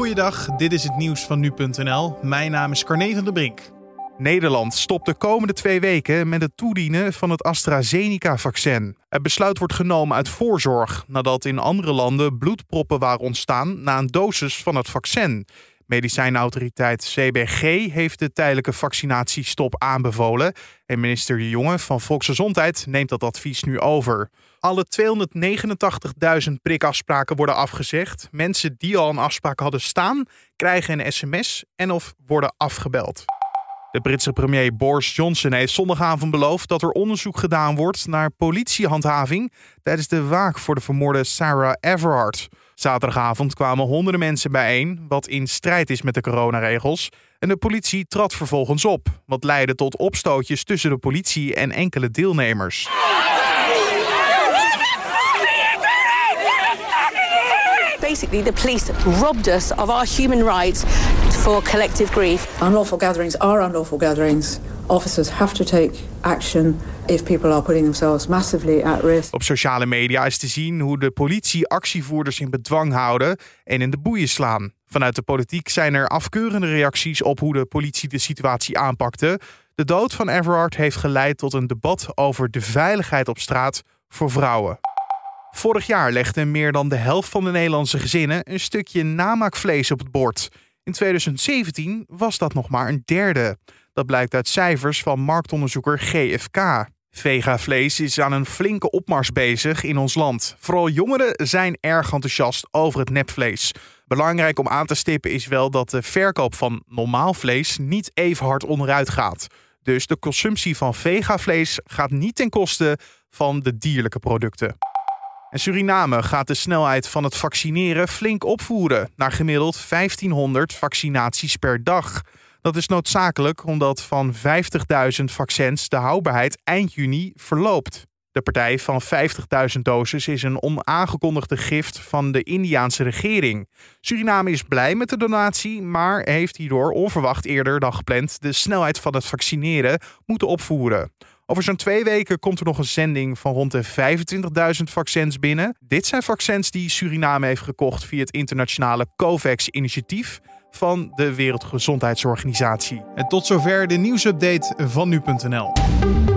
Goeiedag, dit is het nieuws van nu.nl. Mijn naam is Carne van der Brink. Nederland stopt de komende 2 weken met het toedienen van het AstraZeneca-vaccin. Het besluit wordt genomen uit voorzorg, nadat in andere landen bloedproppen waren ontstaan na een dosis van het vaccin. Medicijnautoriteit CBG heeft de tijdelijke vaccinatiestop aanbevolen en minister De Jonge van Volksgezondheid neemt dat advies nu over. Alle 289.000 prikafspraken worden afgezegd. Mensen die al een afspraak hadden staan, krijgen een sms en of worden afgebeld. De Britse premier Boris Johnson heeft zondagavond beloofd dat er onderzoek gedaan wordt naar politiehandhaving tijdens de waak voor de vermoorde Sarah Everard. Zaterdagavond kwamen honderden mensen bijeen, wat in strijd is met de coronaregels. En de politie trad vervolgens op, wat leidde tot opstootjes tussen de politie en enkele deelnemers. Basically, the police robbed us of our human rights for collective grief. Unlawful gatherings are unlawful gatherings. Officers have to take action if people are putting themselves massively at risk. Op sociale media is te zien hoe de politie actievoerders in bedwang houden en in de boeien slaan. Vanuit de politiek zijn er afkeurende reacties op hoe de politie de situatie aanpakte. De dood van Everard heeft geleid tot een debat over de veiligheid op straat voor vrouwen. Vorig jaar legde meer dan de helft van de Nederlandse gezinnen een stukje namaakvlees op het bord. In 2017 was dat nog maar een derde. Dat blijkt uit cijfers van marktonderzoeker GFK. Vegavlees is aan een flinke opmars bezig in ons land. Vooral jongeren zijn erg enthousiast over het nepvlees. Belangrijk om aan te stippen is wel dat de verkoop van normaal vlees niet even hard onderuit gaat. Dus de consumptie van vegavlees gaat niet ten koste van de dierlijke producten. En Suriname gaat de snelheid van het vaccineren flink opvoeren naar gemiddeld 1500 vaccinaties per dag. Dat is noodzakelijk omdat van 50.000 vaccins de houdbaarheid eind juni verloopt. De partij van 50.000 doses is een onaangekondigde gift van de Indiaanse regering. Suriname is blij met de donatie, maar heeft hierdoor onverwacht eerder dan gepland de snelheid van het vaccineren moeten opvoeren. Over zo'n 2 weken komt er nog een zending van rond de 25.000 vaccins binnen. Dit zijn vaccins die Suriname heeft gekocht via het internationale COVAX-initiatief van de Wereldgezondheidsorganisatie. En tot zover de nieuwsupdate van nu.nl.